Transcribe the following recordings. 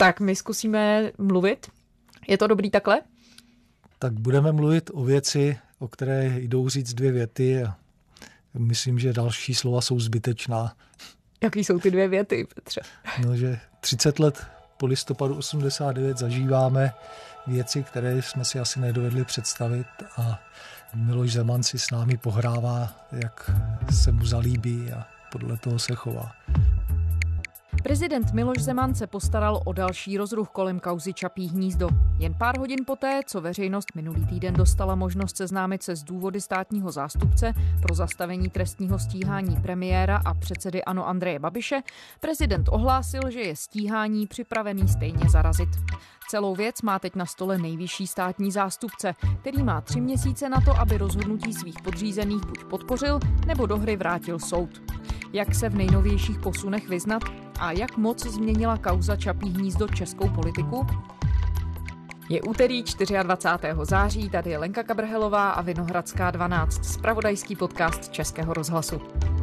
Tak my zkusíme mluvit. Je to dobrý takhle? Tak budeme mluvit o věci, o které jdou říct 2 věty a myslím, že další slova jsou zbytečná. Jaký jsou ty 2 věty, Petře? No, že 30 let po listopadu 89 zažíváme věci, které jsme si asi nedovedli představit a Miloš Zeman si s námi pohrává, jak se mu zalíbí a podle toho se chová. Prezident Miloš Zeman se postaral o další rozruch kolem kauzy Čapí hnízdo. Jen pár hodin poté, co veřejnost minulý týden dostala možnost seznámit se s důvody státního zástupce pro zastavení trestního stíhání premiéra a předsedy ANO Andreje Babiše, prezident ohlásil, že je stíhání připravený stejně zarazit. Celou věc má teď na stole nejvyšší státní zástupce, který má 3 měsíce na to, aby rozhodnutí svých podřízených buď podpořil, nebo do hry vrátil soud. Jak se v nejnovějších posunech vyznat a jak moc změnila kauza Čapí hnízdo českou politiku? Je úterý 24. září, tady je Lenka Kabrhelová a Vinohradská 12, zpravodajský podcast Českého rozhlasu.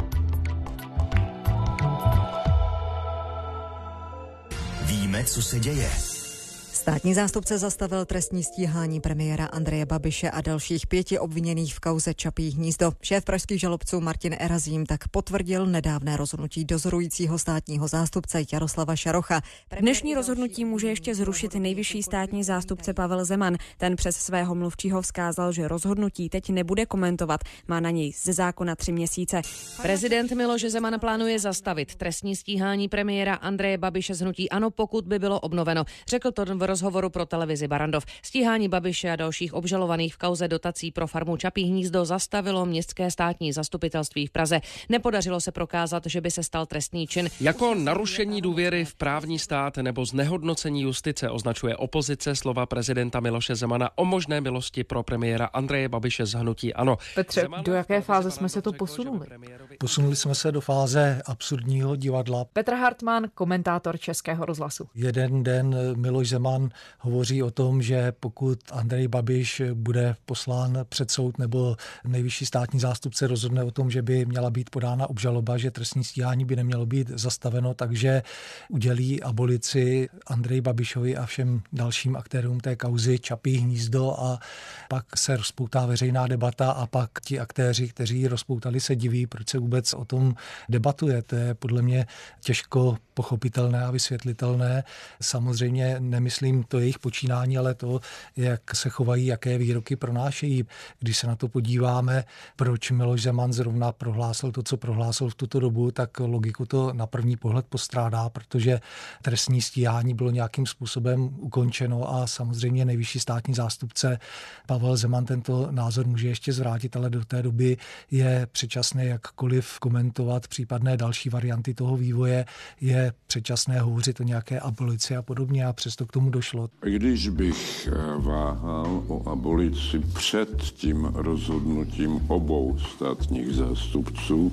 Víme, co se děje. Státní zástupce zastavil trestní stíhání premiéra Andreje Babiše a dalších 5 obviněných v kauze Čapí hnízdo. Šéf pražských žalobců Martin Erazím tak potvrdil nedávné rozhodnutí dozorujícího státního zástupce Jaroslava Šarocha. Dnešní rozhodnutí může ještě zrušit nejvyšší státní zástupce Pavel Zeman. Ten přes svého mluvčího vzkázal, že rozhodnutí teď nebude komentovat. Má na něj ze zákona 3 měsíce. Prezident Miloš Zeman plánuje zastavit trestní stíhání premiéra Andreje Babiše z hnutí ANO, pokud by bylo obnoveno. Řekl to v rozhovoru pro televizi Barrandov. Stíhání Babiše a dalších obžalovaných v kauze dotací pro farmu Čapí hnízdo zastavilo městské státní zastupitelství v Praze. Nepodařilo se prokázat, že by se stal trestný čin. Jako narušení důvěry v právní stát nebo znehodnocení justice označuje opozice slova prezidenta Miloše Zemana o možné milosti pro premiéra Andreje Babiše z hnutí ANO. Petře, do jaké fáze jsme se to posunuli? Posunuli jsme se do fáze absurdního divadla. Petr Hartmann, komentátor Českého rozhlasu. Jeden den Miloš Zeman hovoří o tom, že pokud Andrej Babiš bude poslán před soud nebo nejvyšší státní zástupce rozhodne o tom, že by měla být podána obžaloba, že trestní stíhání by nemělo být zastaveno, takže udělí abolici Andreji Babišovi a všem dalším aktérům té kauzy Čapí hnízdo a pak se rozpoutá veřejná debata a pak ti aktéři, kteří rozpoutali, se diví, proč se vůbec o tom debatuje. To je podle mě těžko pochopitelné a vysvětlitelné. Samozřejmě nemyslím to jejich počínání, ale to, jak se chovají, jaké výroky pronášejí. Když se na to podíváme, proč Miloš Zeman zrovna prohlásil to, co prohlásil v tuto dobu, tak logiku to na první pohled postrádá, protože trestní stíhání bylo nějakým způsobem ukončeno a samozřejmě nejvyšší státní zástupce Pavel Zeman tento názor může ještě zvrátit, ale do té doby je předčasné jakkoliv komentovat případné další varianty toho vývoje, je předčasné hovořit o nějaké abolici a podobně a přesto k tomu došlo. Když bych váhal o abolici před tím rozhodnutím obou státních zástupců,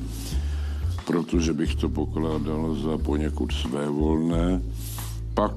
protože bych to pokládal za poněkud svévolné, pak,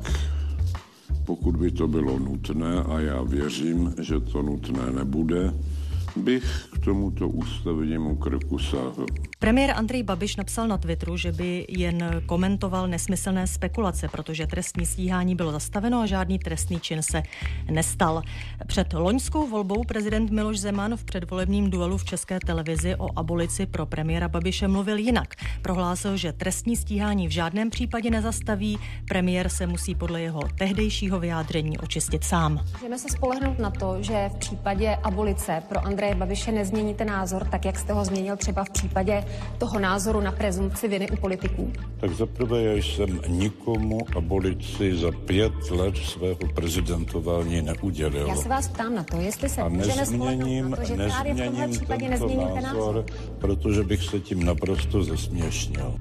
pokud by to bylo nutné, a já věřím, že to nutné nebude, bych k tomuto ústavnímu kroku sáhl. Premiér Andrej Babiš napsal na Twitteru, že by jen komentoval nesmyslné spekulace, protože trestní stíhání bylo zastaveno a žádný trestný čin se nestal. Před loňskou volbou prezident Miloš Zeman v předvolebním duelu v České televizi o abolici pro premiéra Babiše mluvil jinak. Prohlásil, že trestní stíhání v žádném případě nezastaví, premiér se musí podle jeho tehdejšího vyjádření očistit sám. Můžeme se spolehnout na to, že v případě abolice pro Andreje Babiše nezměníte názor, tak jak jste ho změnil třeba v případě toho názoru na prezumpci viny u politiků? Tak zaprvé já jsem nikomu abolici za 5 let svého prezidentování neudělil. Já se vás ptám na to, jestli se můžeme spolehnout na to, že právě v tomhle případě nezměníte názor, protože bych se tím naprosto zesměšnil.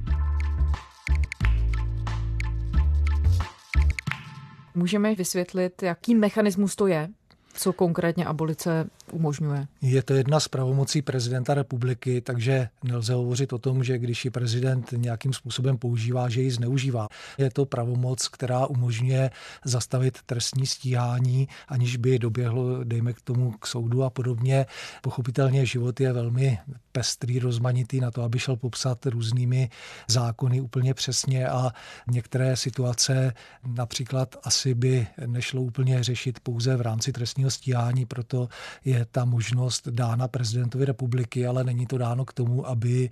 Můžeme vysvětlit, jaký mechanismus to je? Co konkrétně abolice umožňuje? Je to jedna z pravomocí prezidenta republiky, takže nelze hovořit o tom, že když ji prezident nějakým způsobem používá, že ji zneužívá. Je to pravomoc, která umožňuje zastavit trestní stíhání, aniž by doběhlo, dejme k tomu, k soudu a podobně. Pochopitelně život je velmi pestrý, rozmanitý na to, aby šel popsat různými zákony úplně přesně a některé situace například asi by nešlo úplně řešit pouze v rámci trestního stíhání, proto je ta možnost dána prezidentovi republiky, ale není to dáno k tomu, aby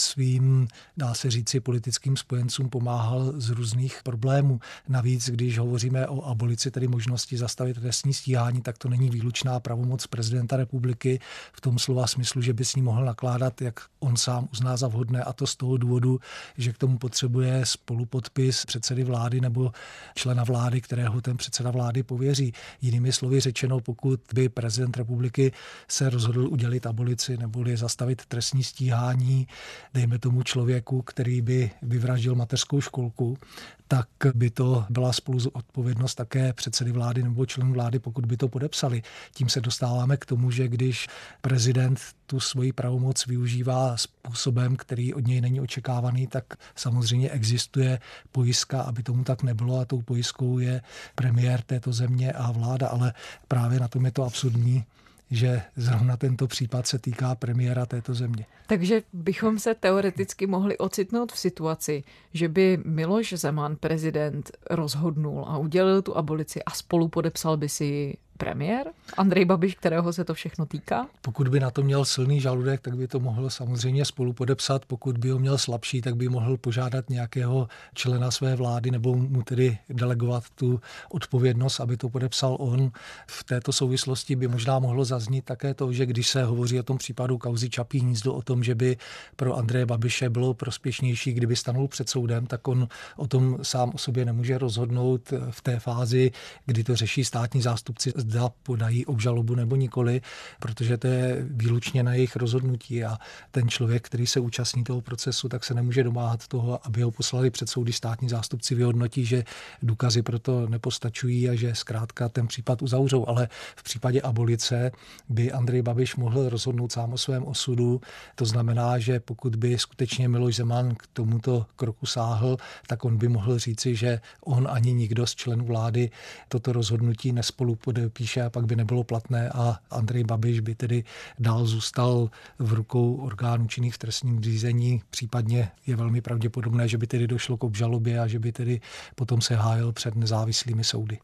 svým, dá se říci, politickým spojencům pomáhal z různých problémů. Navíc, když hovoříme o abolici, tedy možnosti zastavit trestní stíhání, tak to není výlučná pravomoc prezidenta republiky v tom slova smyslu, že by s ní mohl nakládat, jak on sám uzná za vhodné, a to z toho důvodu, že k tomu potřebuje spolupodpis předsedy vlády nebo člena vlády, kterého ten předseda vlády pověří. Jinými slovy řečeno, pokud by prezident republiky se rozhodl udělit abolici neboli zastavit trestní stíhání, dejme tomu člověku, který by vyvraždil mateřskou školku, tak by to byla spolu odpovědnost také předsedy vlády nebo členů vlády, pokud by to podepsali. Tím se dostáváme k tomu, že když prezident tu svoji pravomoc využívá způsobem, který od něj není očekávaný, tak samozřejmě existuje pojistka, aby tomu tak nebylo, a tou pojistkou je premiér této země a vláda, ale právě na tom je to absurdní, že zrovna tento případ se týká premiéra této země. Takže bychom se teoreticky mohli ocitnout v situaci, že by Miloš Zeman, prezident, rozhodnul a udělil tu abolici a spolu podepsal by si premiér Andrej Babiš, kterého se to všechno týká? Pokud by na to měl silný žaludek, tak by to mohl samozřejmě spolu podepsat. Pokud by ho měl slabší, tak by mohl požádat nějakého člena své vlády nebo mu tedy delegovat tu odpovědnost, aby to podepsal on. V této souvislosti by možná mohlo zaznít také to, že když se hovoří o tom případu kauzy Čapí hnízdo, o tom, že by pro Andreje Babiše bylo prospěšnější, kdyby stanul před soudem, tak on o tom sám o sobě nemůže rozhodnout v té fázi, kdy to řeší státní zástupci, zda podají obžalobu nebo nikoli, protože to je výlučně na jejich rozhodnutí a ten člověk, který se účastní toho procesu, tak se nemůže domáhat toho, aby ho poslali před soudy. Státní zástupci vyhodnotí, že důkazy proto nepostačují a že zkrátka ten případ uzavřou, ale v případě abolice by Andrej Babiš mohl rozhodnout sám o svém osudu. To znamená, že pokud by skutečně Miloš Zeman k tomuto kroku sáhl, tak on by mohl říci, že on ani nikdo z členů vlády toto rozhodnutí nespolu podepíše a pak by nebylo platné a Andrej Babiš by tedy dál zůstal v rukou orgánů činných v trestním řízení. Případně je velmi pravděpodobné, že by tedy došlo k obžalobě a že by tedy potom se hájil před nezávislými soudy.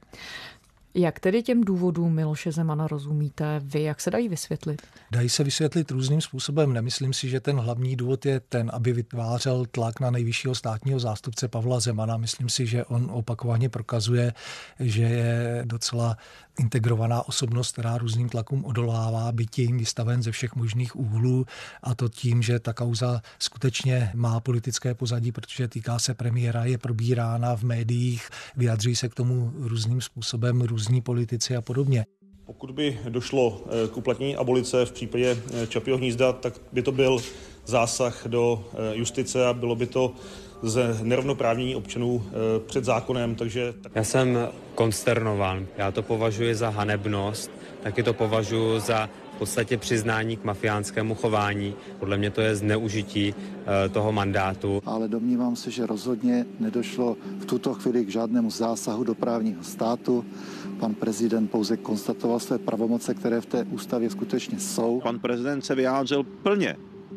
Jak tedy těm důvodům Miloše Zemana rozumíte vy? Jak se dají vysvětlit? Dají se vysvětlit různým způsobem. Nemyslím si, že ten hlavní důvod je ten, aby vytvářel tlak na nejvyššího státního zástupce Pavla Zemana. Myslím si, že on opakovaně prokazuje, že je docela integrovaná osobnost, která různým tlakům odolává, byť je jim vystaven ze všech možných úhlů, a to tím, že ta kauza skutečně má politické pozadí, protože týká se premiéra, je probírána v médiích, vyjadří se k tomu různým způsobem různí politici a podobně. Pokud by došlo k uplatnění abolice v případě Čapího hnízda, tak by to byl zásah do justice a bylo by to znerovnoprávnění občanů před zákonem, takže... Já jsem konsternován. Já to považuji za hanebnost, taky to považuji za v podstatě přiznání k mafiánskému chování. Podle mě to je zneužití toho mandátu. Ale domnívám se, že rozhodně nedošlo v tuto chvíli k žádnému zásahu do právního státu. Pan prezident pouze konstatoval své pravomoce, které v té ústavě skutečně jsou. Pan prezident se vyjádřil plně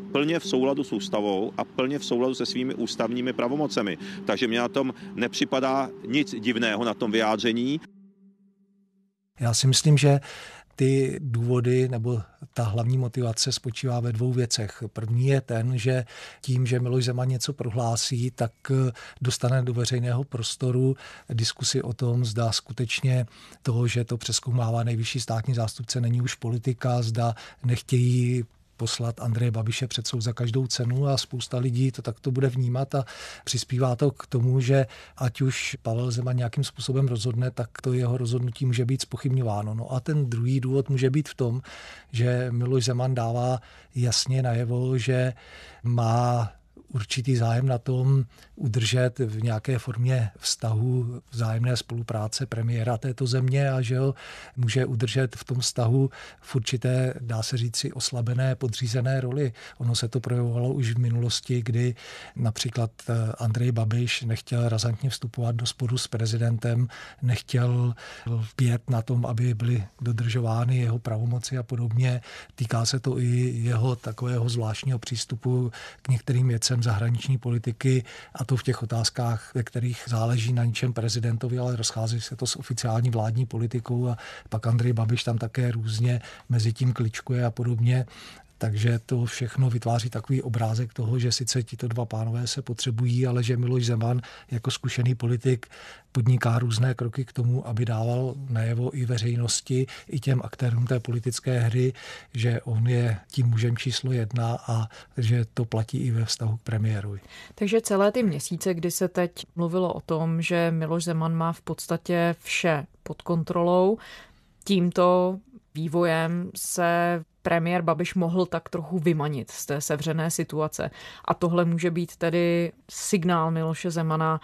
v souladu s ústavou a plně v souladu se svými ústavními pravomocemi. Takže mně na tom nepřipadá nic divného na tom vyjádření. Já si myslím, že ty důvody nebo ta hlavní motivace spočívá ve dvou věcech. První je ten, že tím, že Miloš Zeman něco prohlásí, tak dostane do veřejného prostoru diskusi o tom, zda skutečně toho, že to přezkoumává nejvyšší státní zástupce, není už politika, zda nechtějí poslat Andreje Babiše před soud za každou cenu a spousta lidí to takto bude vnímat a přispívá to k tomu, že ať už Pavel Zeman nějakým způsobem rozhodne, tak to jeho rozhodnutí může být zpochybňováno. No a ten druhý důvod může být v tom, že Miloš Zeman dává jasně najevo, že má určitý zájem na tom udržet v nějaké formě vztahu vzájemné spolupráce premiéra této země a že ho může udržet v tom vztahu v určité, dá se říci, oslabené, podřízené roli. Ono se to projevovalo už v minulosti, kdy například Andrej Babiš nechtěl razantně vstupovat do sporu s prezidentem, nechtěl lpět na tom, aby byly dodržovány jeho pravomoci a podobně. Týká se to i jeho takového zvláštního přístupu k některým věcem zahraniční politiky, a to v těch otázkách, ve kterých záleží na ničem prezidentovi, ale rozchází se to s oficiální vládní politikou a pak Andrej Babiš tam také různě mezi tím kličkuje a podobně. Takže to všechno vytváří takový obrázek toho, že sice tito dva pánové se potřebují, ale že Miloš Zeman jako zkušený politik podniká různé kroky k tomu, aby dával najevo i veřejnosti, i těm aktérům té politické hry, že on je tím mužem číslo 1 a že to platí i ve vztahu k premiérovi. Takže celé ty měsíce, kdy se teď mluvilo o tom, že Miloš Zeman má v podstatě vše pod kontrolou, tímto vývojem se premiér Babiš mohl tak trochu vymanit z té sevřené situace. A tohle může být tedy signál Miloše Zemana,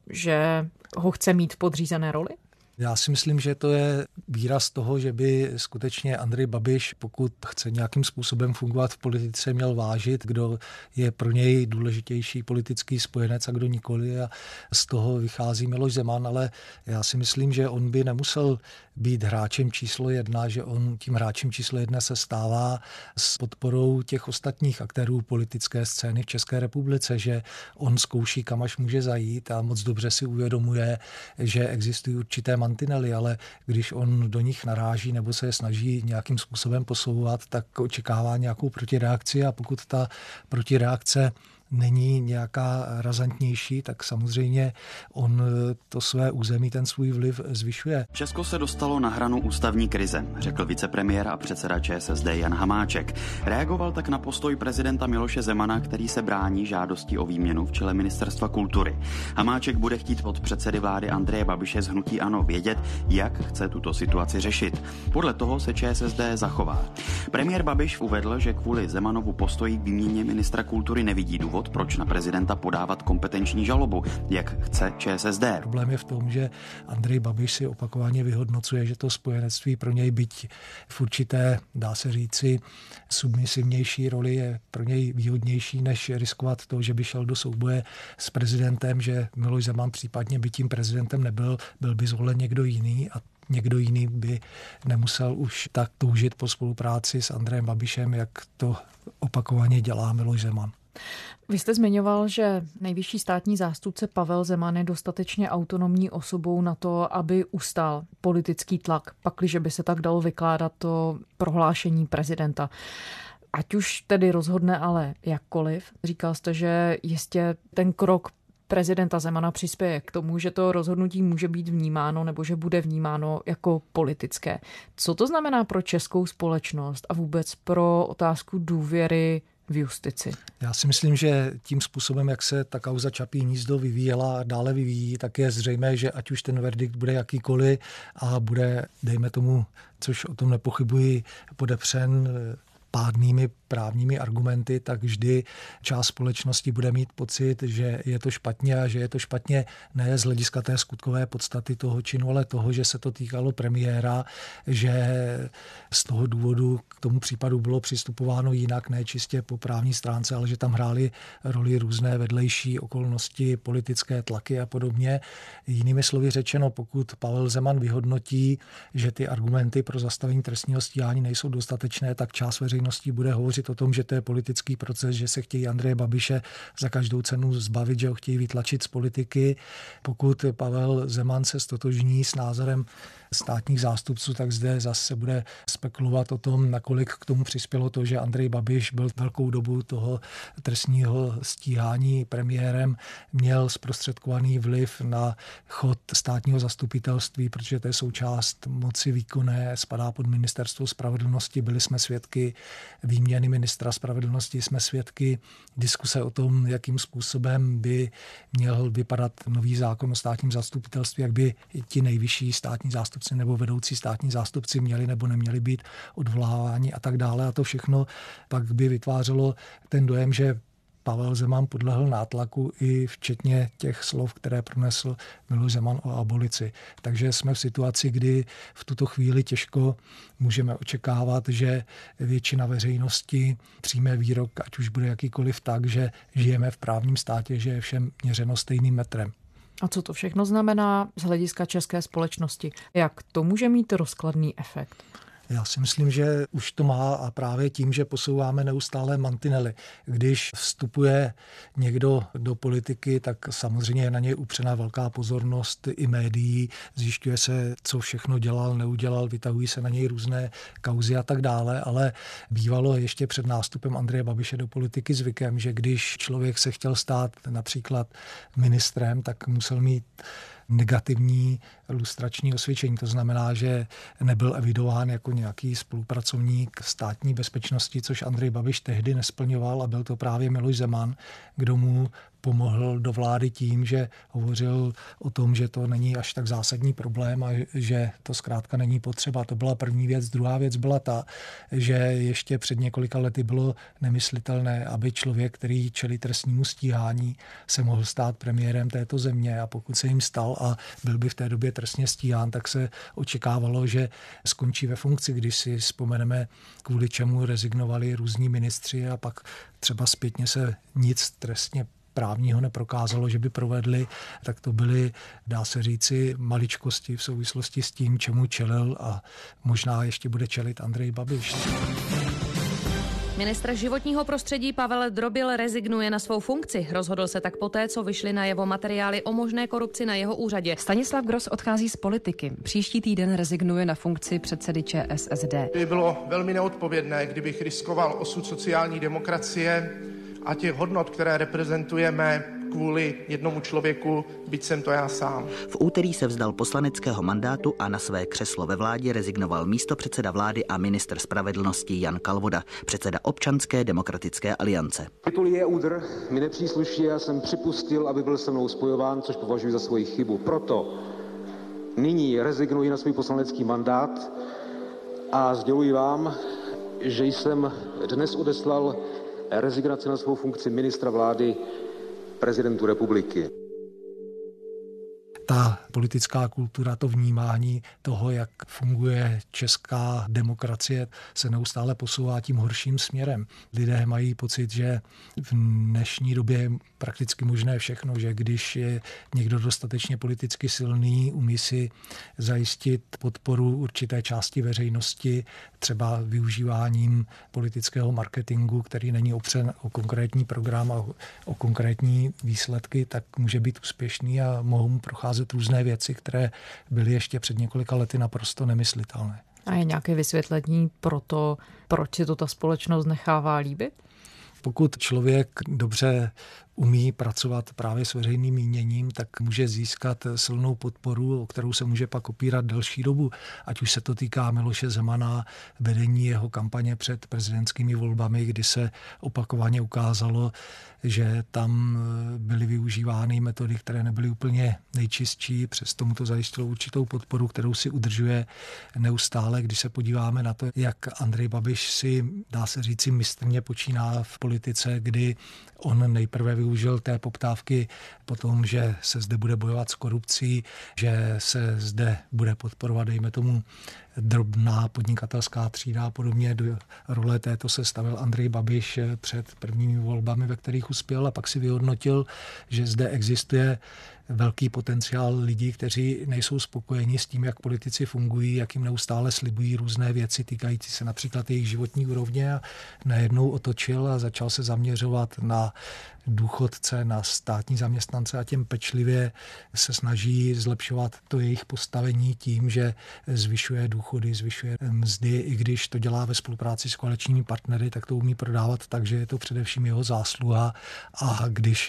že ho chce mít v podřízené roli? Já si myslím, že to je výraz toho, že by skutečně Andrej Babiš, pokud chce nějakým způsobem fungovat v politice, měl vážit, kdo je pro něj důležitější politický spojenec a kdo nikoli. A z toho vychází Miloš Zeman, ale já si myslím, že on by nemusel být hráčem číslo 1, že on tím hráčem číslo 1 se stává s podporou těch ostatních aktérů politické scény v České republice, že on zkouší, kam až může zajít a moc dobře si uvědomuje, že existují určité mantinely, ale když on do nich naráží nebo se je snaží nějakým způsobem posouvat, tak očekává nějakou protireakci a pokud ta protireakce není nějaká razantnější, tak samozřejmě on to své území, ten svůj vliv zvyšuje. Česko se dostalo na hranu ústavní krize, řekl vicepremiér a předseda ČSSD Jan Hamáček. Reagoval tak na postoj prezidenta Miloše Zemana, který se brání žádostí o výměnu v čele ministerstva kultury. Hamáček bude chtít od předsedy vlády Andreje Babiše z hnutí ANO vědět, jak chce tuto situaci řešit. Podle toho se ČSSD zachová. Premiér Babiš uvedl, že kvůli Zemanovu postoji k výměně ministra kultury nevidí důvod, proč na prezidenta podávat kompetenční žalobu, jak chce ČSSD. Problém je v tom, že Andrej Babiš si opakovaně vyhodnocuje, že to spojenectví pro něj byť v určité, dá se říci, submisivnější roli je pro něj výhodnější, než riskovat to, že by šel do souboje s prezidentem, že Miloš Zeman případně by tím prezidentem nebyl, byl by zvolen někdo jiný a někdo jiný by nemusel už tak toužit po spolupráci s Andrejem Babišem, jak to opakovaně dělá Miloš Zeman. Vy jste zmiňoval, že nejvyšší státní zástupce Pavel Zeman je dostatečně autonomní osobou na to, aby ustál politický tlak, pakliže by se tak dalo vykládat to prohlášení prezidenta. Ať už tedy rozhodne ale jakkoliv. Říkal jste, že jistě ten krok prezidenta Zemana přispěje k tomu, že to rozhodnutí může být vnímáno nebo že bude vnímáno jako politické. Co to znamená pro českou společnost a vůbec pro otázku důvěry v justici? Já si myslím, že tím způsobem, jak se ta kauza Čapí hnízdo vyvíjela a dále vyvíjí, tak je zřejmé, že ať už ten verdikt bude jakýkoliv a bude, dejme tomu, což o tom nepochybuji, podepřen pádnými právními argumenty, tak vždy část společnosti bude mít pocit, že je to špatně a že je to špatně ne z hlediska té skutkové podstaty toho činu, ale toho, že se to týkalo premiéra, že z toho důvodu k tomu případu bylo přistupováno jinak, ne čistě po právní stránce, ale že tam hrály roli různé vedlejší okolnosti, politické tlaky a podobně. Jinými slovy řečeno, pokud Pavel Zeman vyhodnotí, že ty argumenty pro zastavení trestního stíhání nejsou dostatečné, tak část veřejnosti bude hovořit o tom, že to je politický proces, že se chtějí Andreje Babiše za každou cenu zbavit, že ho chtějí vytlačit z politiky. Pokud Pavel Zeman se stotožní s názorem státních zástupců, tak zde zase bude spekulovat o tom, nakolik k tomu přispělo to, že Andrej Babiš byl velkou dobu toho trestního stíhání premiérem, měl zprostředkovaný vliv na chod státního zastupitelství, protože to je součást moci výkonné, spadá pod ministerstvo spravedlnosti. Byli jsme svědky výměny ministra spravedlnosti, jsme svědky diskuse o tom, jakým způsobem by měl vypadat nový zákon o státním zastupitelství, jak by ti nejvyšší státní zástupci nebo vedoucí státní zástupci měli nebo neměli být odvoláváni a tak dále. A to všechno pak by vytvářelo ten dojem, že Pavel Zeman podlehl nátlaku i včetně těch slov, které pronesl Miloš Zeman o abolici. Takže jsme v situaci, kdy v tuto chvíli těžko můžeme očekávat, že většina veřejnosti přijme výrok, ať už bude jakýkoliv, tak, že žijeme v právním státě, že je všem měřeno stejným metrem. A co to všechno znamená z hlediska české společnosti? Jak to může mít rozkladný efekt? Já si myslím, že už to má a právě tím, že posouváme neustále mantinely. Když vstupuje někdo do politiky, tak samozřejmě je na něj upřená velká pozornost i médií. Zjišťuje se, co všechno dělal, neudělal, vytahují se na něj různé kauzy a tak dále, ale bývalo ještě před nástupem Andreje Babiše do politiky zvykem, že když člověk se chtěl stát například ministrem, tak musel mít negativní lustrační osvědčení. To znamená, že nebyl evidován jako nějaký spolupracovník státní bezpečnosti, což Andrej Babiš tehdy nesplňoval a byl to právě Miloš Zeman, kdo mu pomohl do vlády tím, že hovořil o tom, že to není až tak zásadní problém a že to zkrátka není potřeba. To byla první věc. Druhá věc byla ta, že ještě před několika lety bylo nemyslitelné, aby člověk, který čelí trestnímu stíhání, se mohl stát premiérem této země, a pokud se jim stal a byl by v té době trestně stíhán, tak se očekávalo, že skončí ve funkci. Když si vzpomeneme, kvůli čemu rezignovali různí ministři a pak třeba zpětně se nic trestně právního neprokázalo, že by provedli, tak to byly, dá se říci, maličkosti v souvislosti s tím, čemu čelil a možná ještě bude čelit Andrej Babiš. Ministr životního prostředí Pavel Drobil rezignuje na svou funkci. Rozhodl se tak poté, co vyšly na jeho materiály o možné korupci na jeho úřadě. Stanislav Gross odchází z politiky. Příští týden rezignuje na funkci předsedy ČSSD. By bylo velmi neodpovědné, kdybych riskoval osud sociální demokracie a těch hodnot, které reprezentujeme, kvůli jednomu člověku, byť jsem to já sám. V úterý se vzdal poslaneckého mandátu a na své křeslo ve vládě rezignoval místopředseda vlády a ministr spravedlnosti Jan Kalvoda, předseda Občanské demokratické aliance. Titul je údr, mi nepřísluší, já jsem připustil, aby byl se mnou spojován, což považuji za svoji chybu. Proto nyní rezignuji na svůj poslanecký mandát a sděluji vám, že jsem dnes odeslal rezignaci na svou funkci ministra vlády prezidentu republiky. Ta politická kultura, to vnímání toho, jak funguje česká demokracie, se neustále posouvá tím horším směrem. Lidé mají pocit, že v dnešní době je prakticky možné všechno, že když je někdo dostatečně politicky silný, umí si zajistit podporu určité části veřejnosti, třeba využíváním politického marketingu, který není opřen o konkrétní program a o konkrétní výsledky, tak může být úspěšný a mohou mu procházet různé věci, které byly ještě před několika lety naprosto nemyslitelné. A je nějaké vysvětlení pro to, proč si to ta společnost nechává líbit? Pokud člověk dobře umí pracovat právě s veřejným míněním, tak může získat silnou podporu, o kterou se může pak opírat delší dobu. Ať už se to týká Miloše Zemana, vedení jeho kampaně před prezidentskými volbami, kdy se opakovaně ukázalo, že tam byly využívány metody, které nebyly úplně nejčistší, přesto mu to zajistilo určitou podporu, kterou si udržuje neustále. Když se podíváme na to, jak Andrej Babiš si, dá se říci, mistrně počíná v politice, kdy on nejprve využil té poptávky po tom, že se zde bude bojovat s korupcí, že se zde bude podporovat, dejme tomu, drobná podnikatelská třída a podobně. Do role této se stavil Andrej Babiš před prvními volbami, ve kterých uspěl, a pak si vyhodnotil, že zde existuje velký potenciál lidí, kteří nejsou spokojeni s tím, jak politici fungují, jak jim neustále slibují různé věci týkající se například jejich životní úrovně, a najednou otočil a začal se zaměřovat na důchodce, na státní zaměstnance a těm pečlivě se snaží zlepšovat to jejich postavení tím, že zvyšuje důchody, zvyšuje mzdy, i když to dělá ve spolupráci s koaličními partnery, tak to umí prodávat tak, že je to především jeho zásluha, a když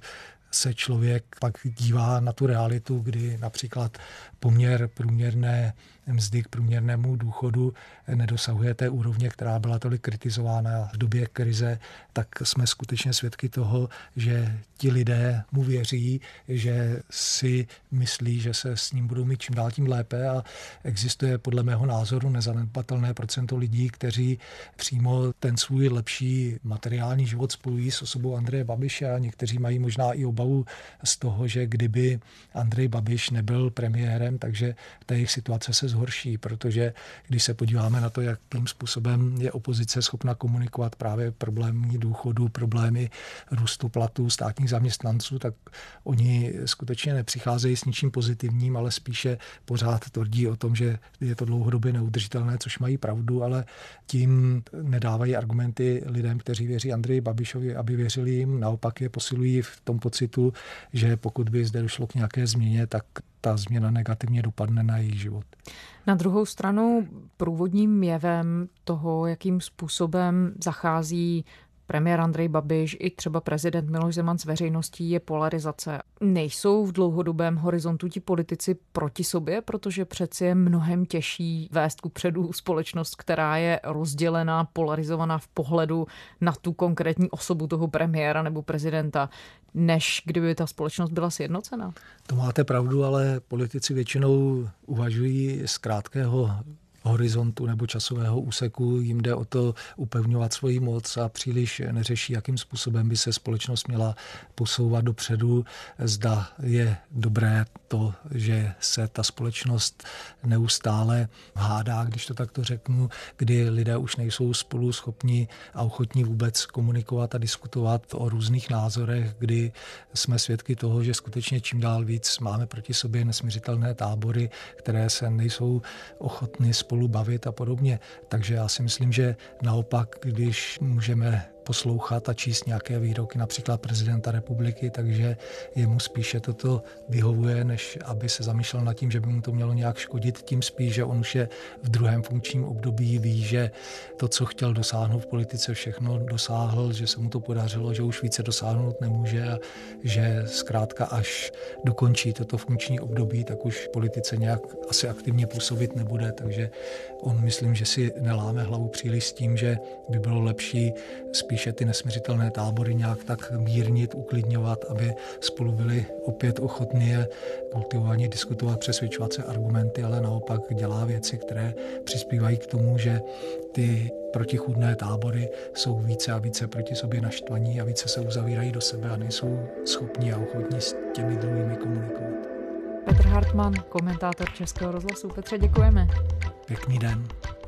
se člověk pak dívá na tu realitu, kdy například poměr průměrné mzdy k průměrnému důchodu nedosahuje té úrovně, která byla tolik kritizována v době krize, tak jsme skutečně svědky toho, že ti lidé mu věří, že si myslí, že se s ním budou mít čím dál tím lépe a existuje podle mého názoru nezanedbatelné procento lidí, kteří přímo ten svůj lepší materiální život spojují s osobou Andreje Babiše a někteří mají možná i obavu z toho, že kdyby Andrej Babiš nebyl premiérem, takže ta jejich situace se zhorší, protože když se podíváme na to, jakým způsobem je opozice schopna komunikovat právě problémy důchodu, problémy růstu platů státních zaměstnanců, tak oni skutečně nepřicházejí s ničím pozitivním, ale spíše pořád tvrdí o tom, že je to dlouhodobě neudržitelné, což mají pravdu, ale tím nedávají argumenty lidem, kteří věří Andreji Babišovi, aby věřili jim, naopak je posilují v tom pocitu, že pokud by zde došlo k nějaké změně, tak ta změna negativně dopadne na jejich život. Na druhou stranu průvodním jevem toho, jakým způsobem zachází premiér Andrej Babiš i třeba prezident Miloš Zeman s veřejností, je polarizace. Nejsou v dlouhodobém horizontu ti politici proti sobě, protože přeci je mnohem těžší vést kupředu společnost, která je rozdělená, polarizovaná v pohledu na tu konkrétní osobu toho premiéra nebo prezidenta, než kdyby ta společnost byla sjednocená. To máte pravdu, ale politici většinou uvažují z krátkého horizontu nebo časového úseku, jim jde o to upevňovat svoji moc a příliš neřeší, jakým způsobem by se společnost měla posouvat dopředu. Zda je dobré to, že se ta společnost neustále hádá, když to takto řeknu, kdy lidé už nejsou spolu schopni a ochotní vůbec komunikovat a diskutovat o různých názorech, kdy jsme svědky toho, že skutečně čím dál víc máme proti sobě nesmiřitelné tábory, které se nejsou ochotny spolu bavit a podobně. Takže já si myslím, že naopak, když můžeme poslouchat a číst nějaké výroky například prezidenta republiky, takže jemu spíše toto vyhovuje, než aby se zamýšlel nad tím, že by mu to mělo nějak škodit. Tím spíš, že on už je v druhém funkčním období, ví, že to, co chtěl dosáhnout v politice, všechno dosáhl, že se mu to podařilo, že už více dosáhnout nemůže a že zkrátka až dokončí toto funkční období, tak už v politice nějak asi aktivně působit nebude, takže on myslím, že si neláme hlavu příliš s tím, že by bylo lepší spíše ty nesmiřitelné tábory nějak tak mírnit, uklidňovat, aby spolu byli opět ochotní kultivovaně diskutovat, přesvědčovat se argumenty, ale naopak dělá věci, které přispívají k tomu, že ty protichůdné tábory jsou více a více proti sobě naštvaní a více se uzavírají do sebe a nejsou schopni a ochotní s těmi druhými komunikovat. Petr Hartmann, komentátor Českého rozhlasu. Petře, děkujeme. Pěkný den.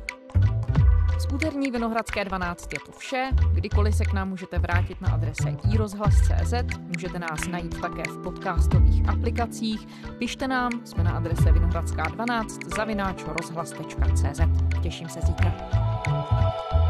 Z úterní Vinohradské 12 je to vše. Kdykoliv se k nám můžete vrátit na adrese iRozhlas.cz. Můžete nás najít také v podcastových aplikacích. Pište nám, jsme na adrese vinohradská12 @rozhlas.cz. Těším se zítra.